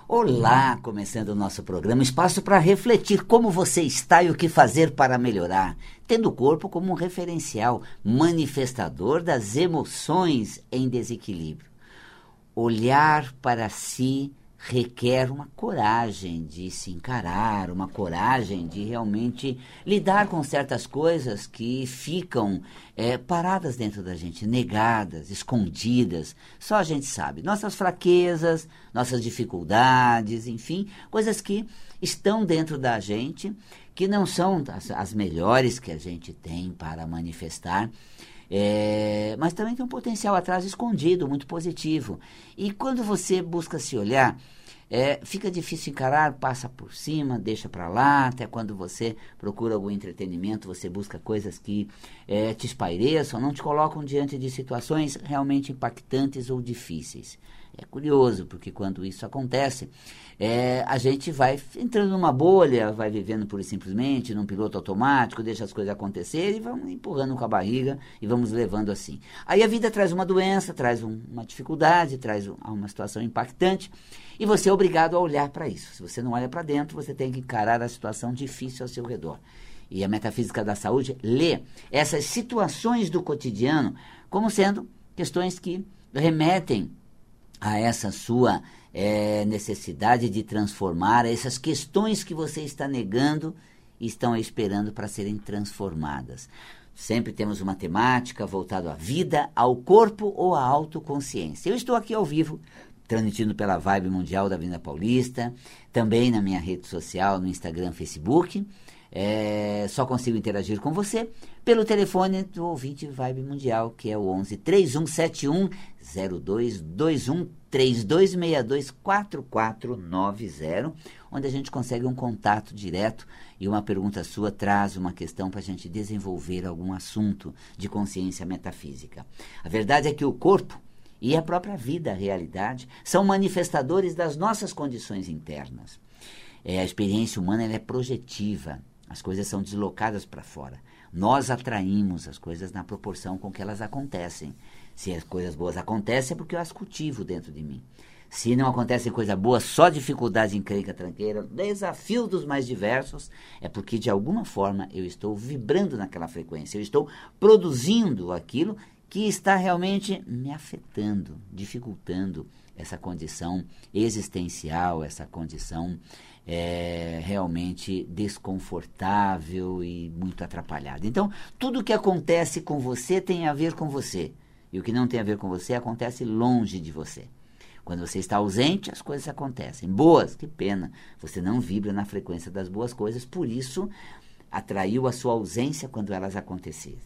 Olá, começando o nosso programa, espaço para refletir como você está e o que fazer para melhorar, tendo o corpo como um referencial, manifestador das emoções em desequilíbrio. Olhar para si requer uma coragem de se encarar, uma coragem de realmente lidar com certas coisas que ficam paradas dentro da gente, negadas, escondidas. Só a gente sabe. Nossas fraquezas, nossas dificuldades, enfim, coisas que estão dentro da gente, que não são as melhores que a gente tem para manifestar. Mas também tem um potencial atrás escondido, muito positivo. E quando você busca se olhar, fica difícil encarar, passa por cima, deixa para lá. Até quando você procura algum entretenimento, você busca coisas que te espaireçam, não te colocam diante de situações realmente impactantes ou difíceis. É curioso, porque quando isso acontece, a gente vai entrando numa bolha, vai vivendo pura e simplesmente, num piloto automático, deixa as coisas acontecerem e vamos empurrando com a barriga e vamos levando assim. Aí a vida traz uma doença, traz uma dificuldade, traz uma situação impactante e você é obrigado a olhar para isso. Se você não olha para dentro, você tem que encarar a situação difícil ao seu redor. E a Metafísica da Saúde lê essas situações do cotidiano como sendo questões que remetem a essa sua necessidade de transformar, essas questões que você está negando e estão esperando para serem transformadas. Sempre temos uma temática voltada à vida, ao corpo ou à autoconsciência. Eu estou aqui ao vivo, transmitindo pela Vibe Mundial da Avenida Paulista, também na minha rede social, no Instagram, Facebook. Só consigo interagir com você pelo telefone do ouvinte Vibe Mundial, que é o 11 3171 0221 3262 4490, onde a gente consegue um contato direto e uma pergunta sua traz uma questão para a gente desenvolver algum assunto de consciência metafísica. A verdade é que o corpo e a própria vida, a realidade, são manifestadores das nossas condições internas. A experiência humana ela é projetiva. As coisas são deslocadas para fora. Nós atraímos as coisas na proporção com que elas acontecem. Se as coisas boas acontecem, é porque eu as cultivo dentro de mim. Se não acontecem coisa boa, só dificuldade, encrenca, tranqueira, desafio dos mais diversos, é porque de alguma forma eu estou vibrando naquela frequência. Eu estou produzindo aquilo que está realmente me afetando, dificultando essa condição existencial, essa condição realmente desconfortável e muito atrapalhada. Então, tudo que acontece com você tem a ver com você. E o que não tem a ver com você acontece longe de você. Quando você está ausente, as coisas acontecem. Boas, que pena. Você não vibra na frequência das boas coisas, por isso atraiu a sua ausência quando elas acontecem.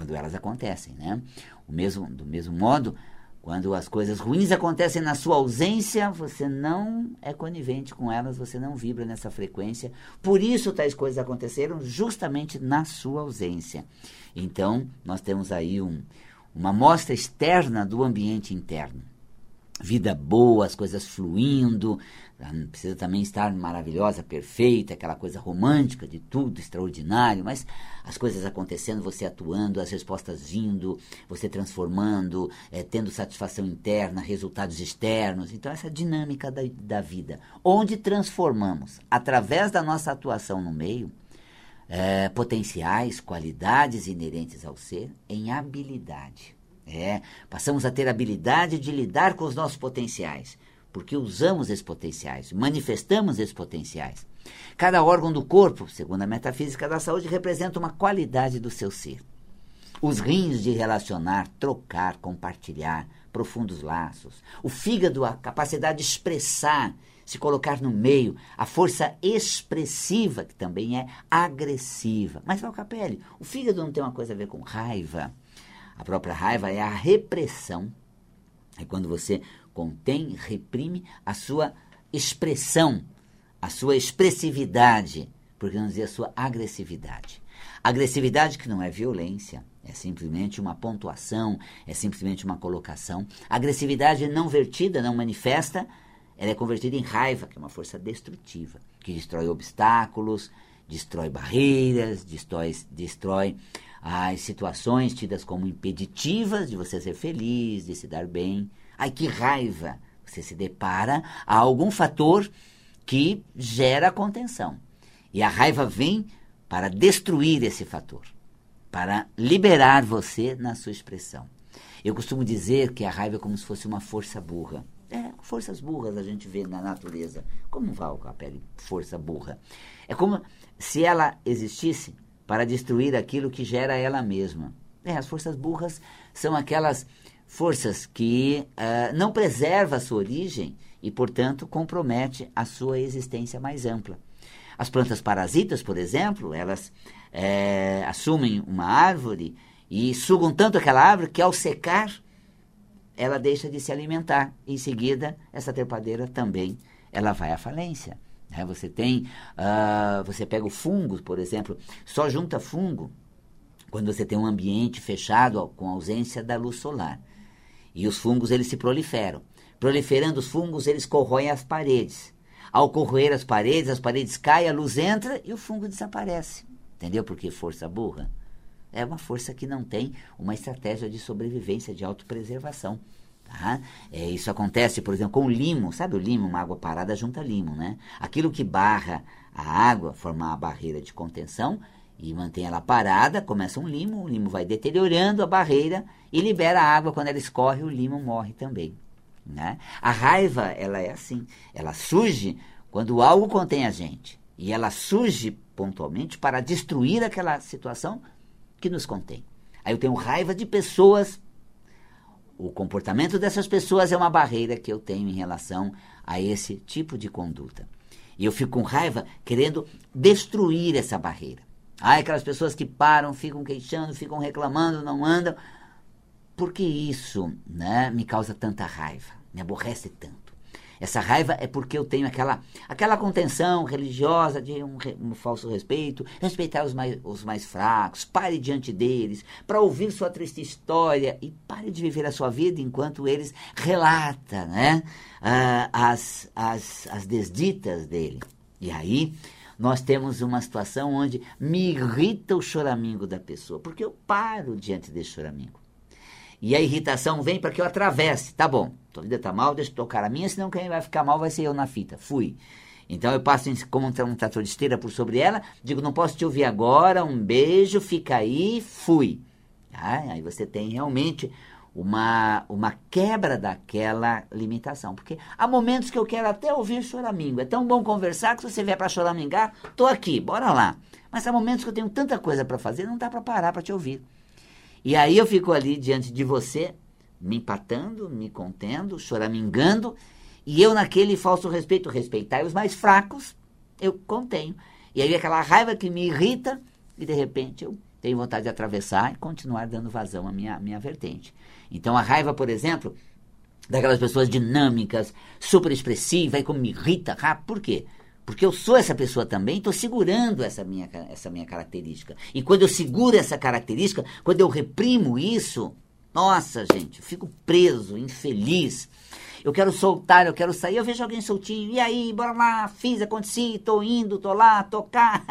Né? Do mesmo modo, quando as coisas ruins acontecem na sua ausência, você não é conivente com elas, você não vibra nessa frequência. Por isso, tais coisas aconteceram justamente na sua ausência. Então, nós temos aí uma amostra externa do ambiente interno. Vida boa, as coisas fluindo, não precisa também estar maravilhosa, perfeita, aquela coisa romântica de tudo, extraordinário, mas as coisas acontecendo, você atuando, as respostas vindo, você transformando, tendo satisfação interna, resultados externos. Então, essa dinâmica da vida, onde transformamos, através da nossa atuação no meio, potenciais, qualidades inerentes ao ser, em habilidade. Passamos a ter habilidade de lidar com os nossos potenciais, porque usamos esses potenciais, manifestamos esses potenciais. Cada órgão do corpo, segundo a Metafísica da Saúde, representa uma qualidade do seu ser. Os rins de relacionar, trocar, compartilhar, profundos laços. O fígado, a capacidade de expressar, se colocar no meio. A força expressiva, que também é agressiva. Mas, Valcapelli, o fígado não tem uma coisa a ver com raiva. A própria raiva é a repressão. É quando você contém, reprime a sua expressão, a sua expressividade, por que não dizer a sua agressividade. Agressividade que não é violência, é simplesmente uma pontuação, é simplesmente uma colocação. A agressividade não vertida, não manifesta, ela é convertida em raiva, que é uma força destrutiva, que destrói obstáculos, destrói barreiras, destrói as situações tidas como impeditivas de você ser feliz, de se dar bem. Ai, que raiva! Você se depara a algum fator que gera contenção. E a raiva vem para destruir esse fator, para liberar você na sua expressão. Eu costumo dizer que a raiva é como se fosse uma força burra. Forças burras a gente vê na natureza. Como vai com a pele? Força burra. É como se ela existisse para destruir aquilo que gera ela mesma. As forças burras são aquelas forças que não preservam a sua origem e, portanto, compromete a sua existência mais ampla. As plantas parasitas, por exemplo, elas assumem uma árvore e sugam tanto aquela árvore que, ao secar, ela deixa de se alimentar. Em seguida, essa trepadeira também ela vai à falência. Você pega o fungo, por exemplo, só junta fungo quando você tem um ambiente fechado com ausência da luz solar. E os fungos, eles se proliferam. Proliferando os fungos, eles corroem as paredes. Ao corroer as paredes caem, a luz entra e o fungo desaparece. Entendeu por que força burra? É uma força que não tem uma estratégia de sobrevivência, de autopreservação. Tá? Isso acontece, por exemplo, com o limo. Sabe o limo? Uma água parada junta limo, né? Aquilo que barra a água, forma uma barreira de contenção e mantém ela parada, começa o limo vai deteriorando a barreira e libera a água. Quando ela escorre, o limo morre também. Né? A raiva, ela é assim. Ela surge quando algo contém a gente. E ela surge pontualmente para destruir aquela situação que nos contém. Aí eu tenho raiva de pessoas. O comportamento dessas pessoas é uma barreira que eu tenho em relação a esse tipo de conduta. E eu fico com raiva querendo destruir essa barreira. Aquelas pessoas que param, ficam queixando, ficam reclamando, não andam. Por que isso, né, me causa tanta raiva? Me aborrece tanto. Essa raiva é porque eu tenho aquela contenção religiosa de um falso respeito, respeitar os mais fracos, pare diante deles, para ouvir sua triste história e pare de viver a sua vida enquanto eles relatam, né, as desditas dele. E aí nós temos uma situação onde me irrita o choramingo da pessoa, porque eu paro diante desse choramingo. E a irritação vem para que eu atravesse. Tá bom, tua vida tá mal, deixa eu tocar a minha, senão quem vai ficar mal vai ser eu na fita. Fui. Então eu passo como um trator de esteira por sobre ela, digo, não posso te ouvir agora, um beijo, fica aí, fui. Aí você tem realmente uma quebra daquela limitação. Porque há momentos que eu quero até ouvir choramingo. É tão bom conversar que se você vier para choramingar, tô aqui, bora lá. Mas há momentos que eu tenho tanta coisa para fazer, não dá para parar para te ouvir. E aí eu fico ali diante de você, me empatando, me contendo, choramingando, e eu naquele falso respeito, respeitar os mais fracos, eu contenho. E aí aquela raiva que me irrita, e de repente eu tenho vontade de atravessar e continuar dando vazão à minha vertente. Então a raiva, por exemplo, daquelas pessoas dinâmicas, super expressivas, e como me irrita, por quê? Porque eu sou essa pessoa também, estou segurando essa minha característica. E quando eu seguro essa característica, quando eu reprimo isso, nossa, gente, eu fico preso, infeliz. Eu quero soltar, eu quero sair, eu vejo alguém soltinho, e aí, bora lá, fiz, aconteci, estou indo, estou lá, tocar.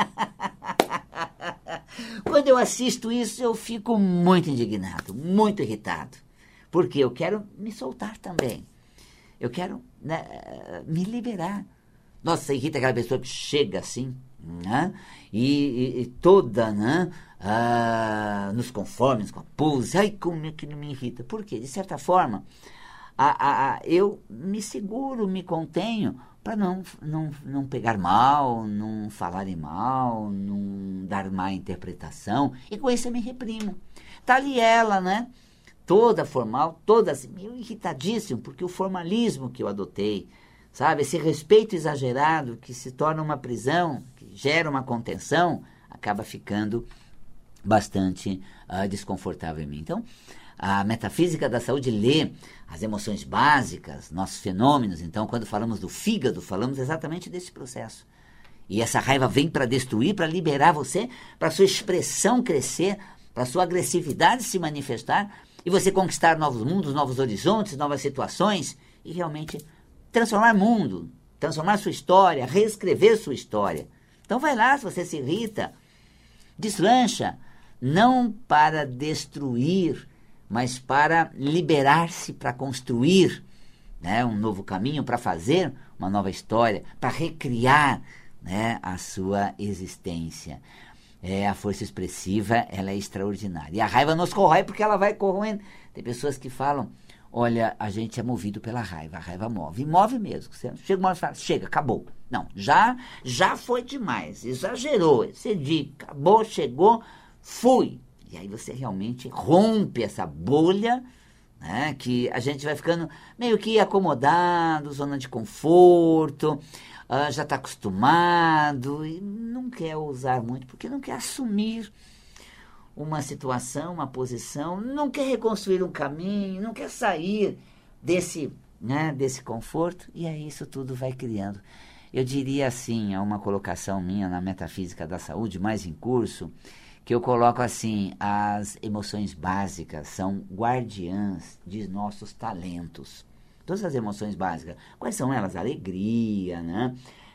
Quando eu assisto isso, eu fico muito indignado, muito irritado. Porque eu quero me soltar também. Eu quero, né, me liberar. Nossa, irrita aquela pessoa que chega assim, né? E toda, né? Nos conformes, com a pose. Ai, como é que não me irrita? Por quê? De certa forma, eu me seguro, me contenho para não pegar mal, não falarem mal, não dar má interpretação. E com isso eu me reprimo. Tá ali ela, né? Toda formal, toda assim, meio irritadíssimo, porque o formalismo que eu adotei, sabe, esse respeito exagerado que se torna uma prisão, que gera uma contenção, acaba ficando bastante desconfortável em mim. Então, a metafísica da saúde lê as emoções básicas, nossos fenômenos. Então, quando falamos do fígado, falamos exatamente desse processo. E essa raiva vem para destruir, para liberar você, para a sua expressão crescer, para a sua agressividade se manifestar, e você conquistar novos mundos, novos horizontes, novas situações, e realmente transformar mundo, transformar sua história, reescrever sua história. Então vai lá, se você se irrita, deslancha, não para destruir, mas para liberar-se, para construir, né, um novo caminho, para fazer uma nova história, para recriar, né, a sua existência. A força expressiva, ela é extraordinária. E a raiva nos corrói porque ela vai corroendo. Tem pessoas que falam, olha, a gente é movido pela raiva, a raiva move. E move mesmo. Você chega uma hora e fala, chega, acabou. Não, já foi demais, exagerou, excedi, acabou, chegou, fui. E aí você realmente rompe essa bolha, né, que a gente vai ficando meio que acomodado, zona de conforto, já está acostumado e não quer usar muito, porque não quer assumir uma situação, uma posição, não quer reconstruir um caminho, não quer sair desse, né, desse conforto, e aí isso tudo vai criando. Eu diria assim, é uma colocação minha na Metafísica da Saúde, mais em curso, que eu coloco assim, as emoções básicas são guardiãs de nossos talentos. Todas as emoções básicas, quais são elas? Alegria, né?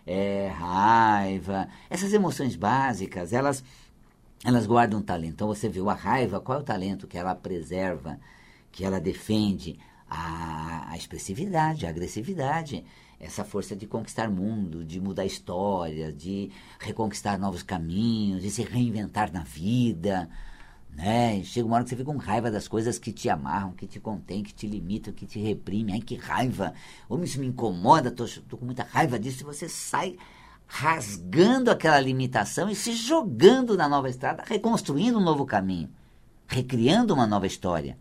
Raiva. Essas emoções básicas, elas guardam talento. Então você viu a raiva, qual é o talento que ela preserva, que ela defende? A expressividade, a agressividade, essa força de conquistar mundo, de mudar história, de reconquistar novos caminhos, de se reinventar na vida, né? Chega uma hora que você fica com raiva das coisas que te amarram, que te contêm, que te limitam, que te reprimem. Ai, que raiva! Ou isso me incomoda, tô com muita raiva disso. E você sai rasgando aquela limitação e se jogando na nova estrada, reconstruindo um novo caminho, recriando uma nova história.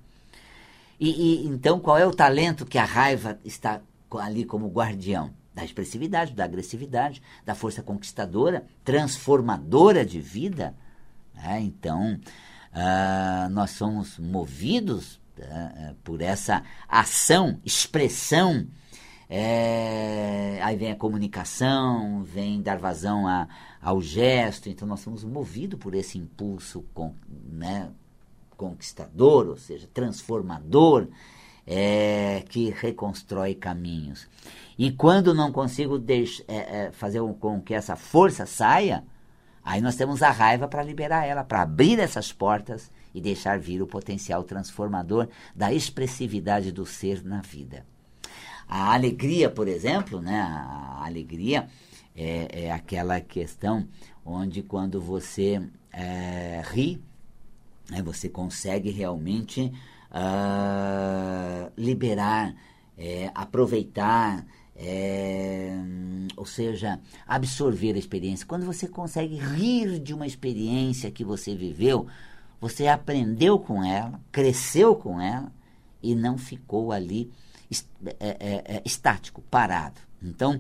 Então, qual é o talento que a raiva está ali como guardião? Da expressividade, da agressividade, da força conquistadora, transformadora de vida. Então, nós somos movidos por essa ação, expressão. Aí vem a comunicação, vem dar vazão ao gesto. Então, nós somos movidos por esse impulso, né, conquistador, ou seja, transformador, que reconstrói caminhos. E quando não consigo fazer com que essa força saia, aí nós temos a raiva para liberar ela, para abrir essas portas e deixar vir o potencial transformador da expressividade do ser na vida. A alegria, por exemplo, né, a alegria é aquela questão onde quando você ri, você consegue realmente liberar, aproveitar, ou seja, absorver a experiência. Quando você consegue rir de uma experiência que você viveu, você aprendeu com ela, cresceu com ela e não ficou ali estático, parado. Então,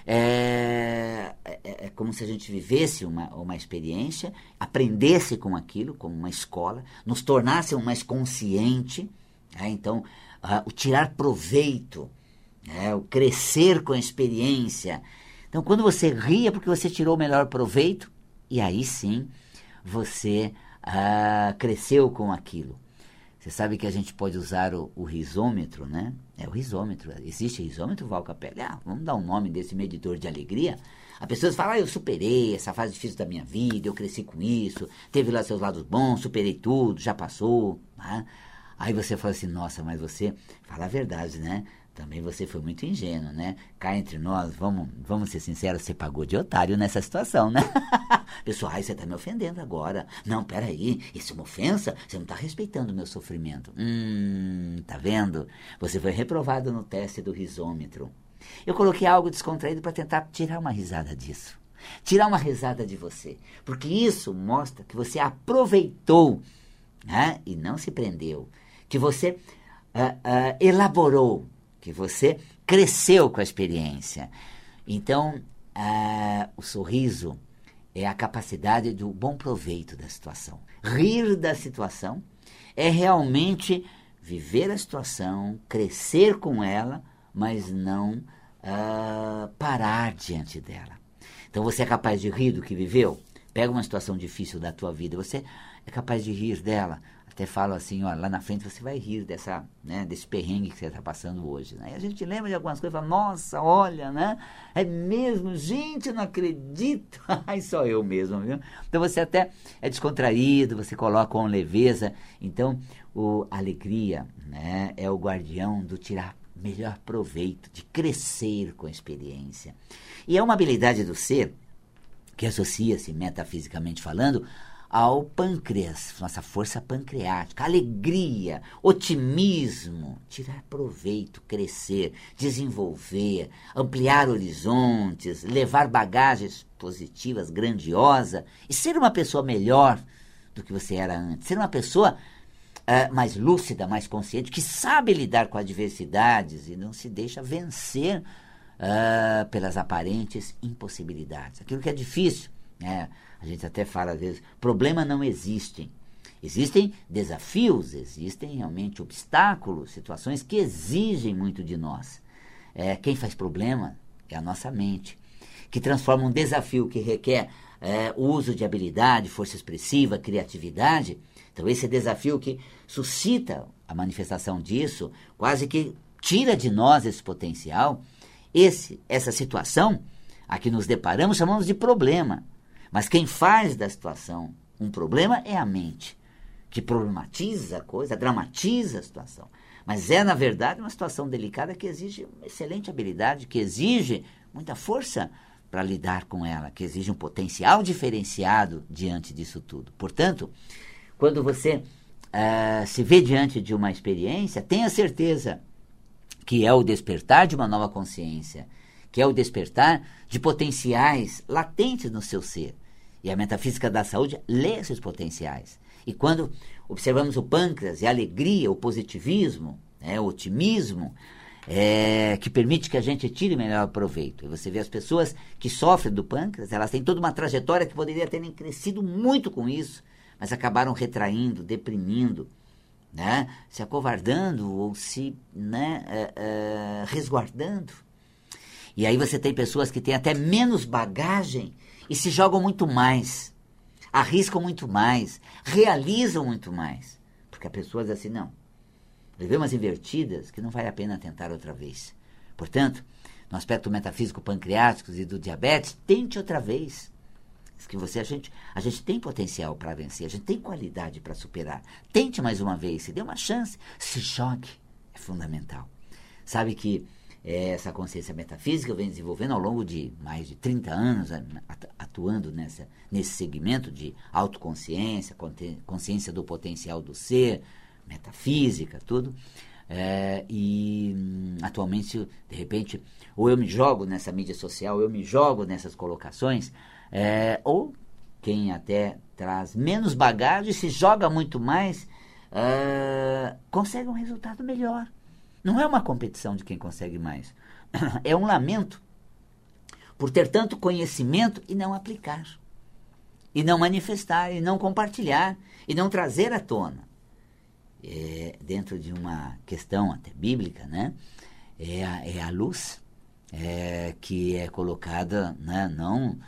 é como se a gente vivesse uma experiência, aprendesse com aquilo, como uma escola, nos tornasse mais consciente. Então, o tirar proveito, o crescer com a experiência. Então, quando você ri é porque você tirou o melhor proveito, e aí sim você cresceu com aquilo. Você sabe que a gente pode usar o risômetro, né? O risômetro. Existe risômetro, Val Capelli? Vamos dar um nome desse medidor de alegria. As pessoas falam, eu superei essa fase difícil da minha vida, eu cresci com isso, teve lá seus lados bons, superei tudo, já passou. Né? Aí você fala assim, nossa, mas você fala a verdade, né? Também você foi muito ingênuo, né? Cá entre nós, vamos ser sinceros, você pagou de otário nessa situação, né? Pessoal, você está me ofendendo agora. Não, peraí, isso é uma ofensa? Você não está respeitando o meu sofrimento. Tá vendo? Você foi reprovado no teste do risômetro. Eu coloquei algo descontraído para tentar tirar uma risada disso. Tirar uma risada de você. Porque isso mostra que você aproveitou, né? E não se prendeu. Que você elaborou. Que você cresceu com a experiência. Então, o sorriso é a capacidade do bom proveito da situação. Rir da situação é realmente viver a situação, crescer com ela, mas não parar diante dela. Então, você é capaz de rir do que viveu? Pega uma situação difícil da tua vida, você é capaz de rir dela. Até falo assim, ó, lá na frente você vai rir desse perrengue que você está passando hoje. Né? E a gente lembra de algumas coisas e fala, nossa, olha, né? É mesmo, gente, eu não acredito. Ai, só eu mesmo, viu? Então você até é descontraído, você coloca com leveza. Então, a alegria, né, é o guardião do tirar melhor proveito, de crescer com a experiência. E é uma habilidade do ser que associa-se, metafisicamente falando, ao pâncreas, nossa força pancreática, alegria, otimismo, tirar proveito, crescer, desenvolver, ampliar horizontes, levar bagagens positivas, grandiosa, e ser uma pessoa melhor do que você era antes, ser uma pessoa mais lúcida, mais consciente, que sabe lidar com adversidades e não se deixa vencer pelas aparentes impossibilidades. Aquilo que é difícil, né? A gente até fala às vezes, problema não existem. Existem desafios, existem realmente obstáculos, situações que exigem muito de nós. Quem faz problema é a nossa mente, que transforma um desafio que requer o uso de habilidade, força expressiva, criatividade. Então esse desafio que suscita a manifestação disso, quase que tira de nós esse potencial, essa situação a que nos deparamos chamamos de problema. Mas quem faz da situação um problema é a mente, que problematiza a coisa, dramatiza a situação. Mas na verdade, uma situação delicada que exige uma excelente habilidade, que exige muita força para lidar com ela, que exige um potencial diferenciado diante disso tudo. Portanto, quando você se vê diante de uma experiência, tenha certeza que é o despertar de uma nova consciência, que é o despertar de potenciais latentes no seu ser. E a metafísica da saúde lê esses potenciais. E quando observamos o pâncreas e a alegria, o positivismo, o otimismo, que permite que a gente tire melhor proveito. E você vê as pessoas que sofrem do pâncreas, elas têm toda uma trajetória que poderia terem crescido muito com isso, mas acabaram retraindo, deprimindo, né? Se acovardando ou se resguardando. E aí você tem pessoas que têm até menos bagagem e se jogam muito mais, arriscam muito mais, realizam muito mais. Porque a pessoa diz assim, não, levei umas invertidas que não vale a pena tentar outra vez. Portanto, no aspecto metafísico pancreático e do diabetes, tente outra vez. Que a gente tem potencial para vencer, a gente tem qualidade para superar. Tente mais uma vez, se dê uma chance, se jogue, é fundamental. Sabe que essa consciência metafísica eu venho desenvolvendo ao longo de mais de 30 anos, atuando nesse segmento de autoconsciência, consciência do potencial do ser, metafísica, tudo. Atualmente, de repente, ou eu me jogo nessa mídia social, eu me jogo nessas colocações, ou quem até traz menos bagagem, se joga muito mais, consegue um resultado melhor. Não é uma competição de quem consegue mais. É um lamento por ter tanto conhecimento e não aplicar, e não manifestar, e não compartilhar, e não trazer à tona. Dentro de uma questão até bíblica, né? É a luz que é colocada, né? Não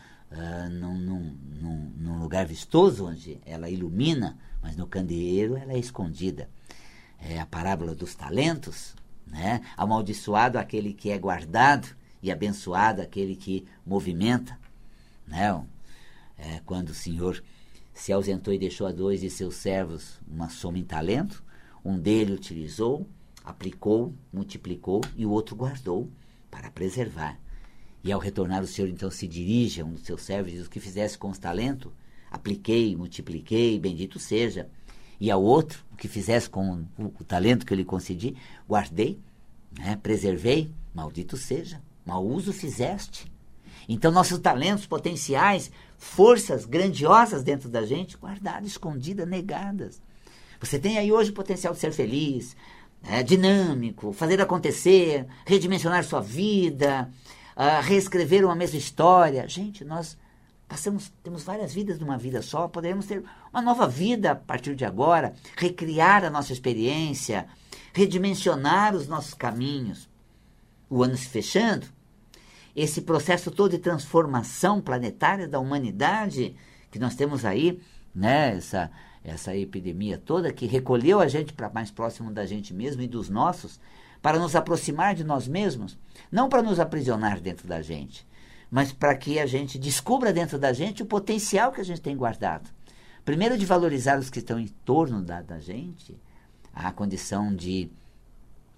num lugar vistoso onde ela ilumina, mas no candeeiro ela é escondida. A parábola dos talentos, né? Amaldiçoado aquele que é guardado e abençoado aquele que movimenta, né? Quando o Senhor se ausentou e deixou a 2 de seus servos uma soma em talento, um dele utilizou, aplicou, multiplicou e o outro guardou para preservar. E ao retornar o Senhor então se dirige a um dos seus servos e diz: o que fizesse com os talentos? Apliquei, multipliquei, bendito seja. E ao outro, o que fizesse com o talento que eu lhe concedi? Guardei, né? Preservei, maldito seja, mau uso fizeste. Então nossos talentos potenciais, forças grandiosas dentro da gente, guardadas, escondidas, negadas. Você tem aí hoje o potencial de ser feliz, dinâmico, fazer acontecer, redimensionar sua vida, reescrever uma mesma história. Gente, nós temos várias vidas numa vida só, poderemos ter uma nova vida a partir de agora, recriar a nossa experiência, redimensionar os nossos caminhos. O ano se fechando, esse processo todo de transformação planetária da humanidade que nós temos aí, né, essa epidemia toda que recolheu a gente para mais próximo da gente mesmo e dos nossos, para nos aproximar de nós mesmos, não para nos aprisionar dentro da gente, mas para que a gente descubra dentro da gente o potencial que a gente tem guardado. Primeiro, de valorizar os que estão em torno da gente, a condição de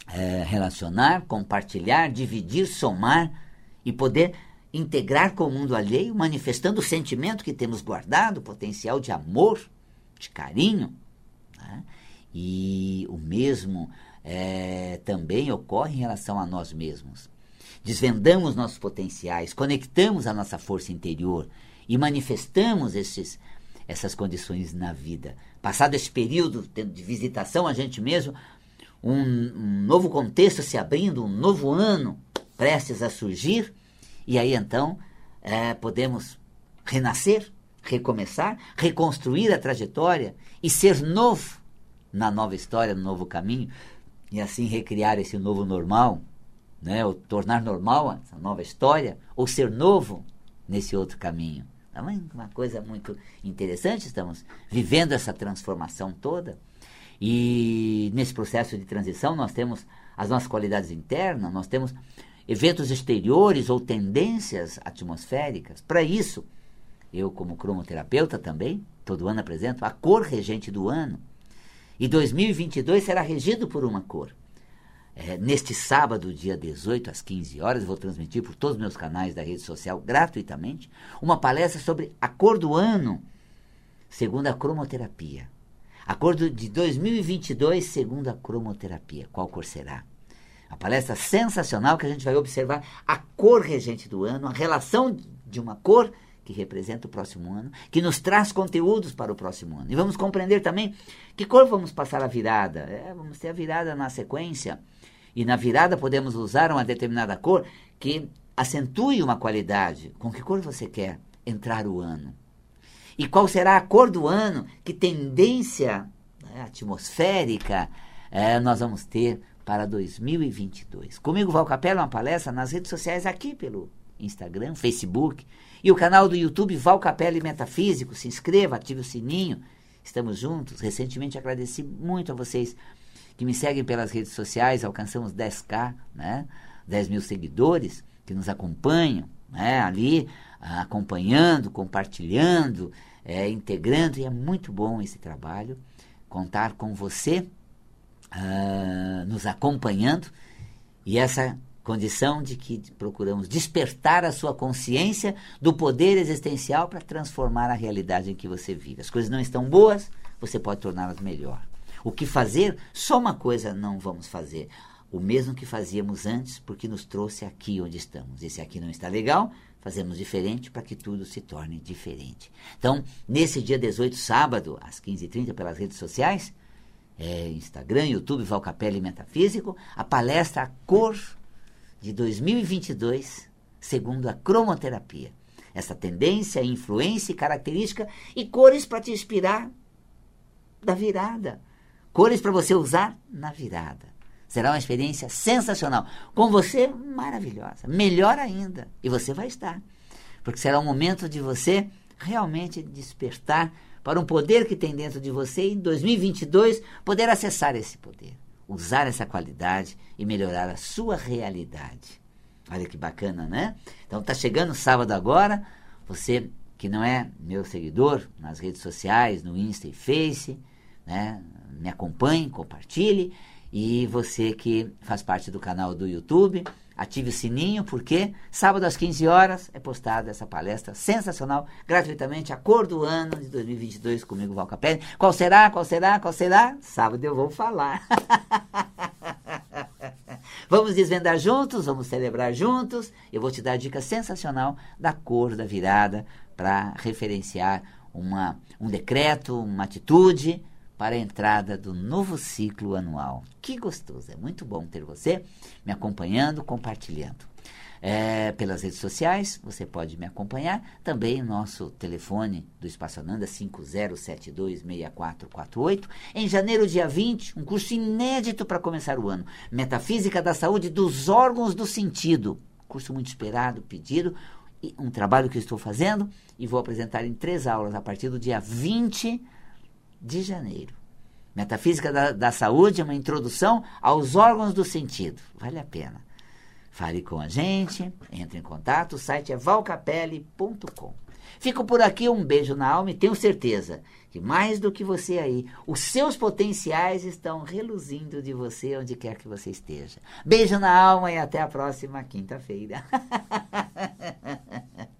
relacionar, compartilhar, dividir, somar e poder integrar com o mundo alheio, manifestando o sentimento que temos guardado, o potencial de amor, de carinho, né? E o mesmo também ocorre em relação a nós mesmos. Desvendamos nossos potenciais, conectamos a nossa força interior e manifestamos essas condições na vida. Passado esse período de visitação a gente mesmo, um novo contexto se abrindo, um novo ano prestes a surgir, e aí então podemos renascer, recomeçar, reconstruir a trajetória e ser novo na nova história, no novo caminho, e assim recriar esse novo normal, né? Ou tornar normal essa nova história, ou ser novo nesse outro caminho. É uma coisa muito interessante, estamos vivendo essa transformação toda. E nesse processo de transição nós temos as nossas qualidades internas, nós temos eventos exteriores ou tendências atmosféricas. Para isso, eu como cromoterapeuta também, todo ano apresento a cor regente do ano. E 2022 será regido por uma cor. Neste sábado, dia 18, às 15 horas, vou transmitir por todos os meus canais da rede social, gratuitamente, uma palestra sobre a cor do ano, segundo a cromoterapia. A cor de 2022, segundo a cromoterapia. Qual cor será? A palestra sensacional que a gente vai observar a cor regente do ano, a relação de uma cor que representa o próximo ano, que nos traz conteúdos para o próximo ano. E vamos compreender também que cor vamos passar a virada. Vamos ter a virada na sequência. E na virada podemos usar uma determinada cor que acentue uma qualidade. Com que cor você quer entrar o ano? E qual será a cor do ano? Que tendência atmosférica nós vamos ter para 2022? Comigo, Val Capelli, uma palestra nas redes sociais aqui pelo Instagram, Facebook e o canal do YouTube Val Capelli Metafísico. Se inscreva, ative o sininho. Estamos juntos. Recentemente agradeci muito a vocês que me seguem pelas redes sociais. Alcançamos 10K, né? 10 mil seguidores que nos acompanham, né? Ali, acompanhando, compartilhando, integrando. E é muito bom esse trabalho. Contar com você nos acompanhando. E essa condição de que procuramos despertar a sua consciência do poder existencial para transformar a realidade em que você vive. As coisas não estão boas, você pode torná-las melhor. O que fazer? Só uma coisa não vamos fazer. O mesmo que fazíamos antes, porque nos trouxe aqui onde estamos. Esse aqui não está legal, fazemos diferente para que tudo se torne diferente. Então, nesse dia 18, sábado, às 15h30, pelas redes sociais, Instagram, YouTube, Val Capelli Metafísico, a palestra A Cor de 2022, segundo a cromoterapia. Essa tendência, influência e característica e cores para te inspirar da virada. Cores para você usar na virada. Será uma experiência sensacional. Com você, maravilhosa. Melhor ainda. E você vai estar. Porque será um momento de você realmente despertar para um poder que tem dentro de você e em 2022 poder acessar esse poder. Usar essa qualidade e melhorar a sua realidade. Olha que bacana, né? Então tá chegando sábado agora. Você que não é meu seguidor nas redes sociais, no Insta e Face, né? Me acompanhe, compartilhe. E você que faz parte do canal do YouTube, ative o sininho, porque sábado às 15 horas é postada essa palestra sensacional, gratuitamente, a cor do ano de 2022, comigo, Val Capelli. Qual será? Qual será? Qual será? Sábado eu vou falar. Vamos desvendar juntos, vamos celebrar juntos. Eu vou te dar a dica sensacional da cor da virada para referenciar um decreto, uma atitude para a entrada do novo ciclo anual. Que gostoso, é muito bom ter você me acompanhando, compartilhando. Pelas redes sociais, você pode me acompanhar. Também o nosso telefone do Espaço Ananda, 50726448. Em janeiro, dia 20, um curso inédito para começar o ano. Metafísica da Saúde dos Órgãos do Sentido. Curso muito esperado, pedido, e um trabalho que eu estou fazendo e vou apresentar em 3 aulas a partir do dia 20 de janeiro. Metafísica da Saúde é uma introdução aos órgãos do sentido. Vale a pena. Fale com a gente, entre em contato, o site é valcapelli.com. Fico por aqui, um beijo na alma e tenho certeza que mais do que você aí, os seus potenciais estão reluzindo de você onde quer que você esteja. Beijo na alma e até a próxima quinta-feira.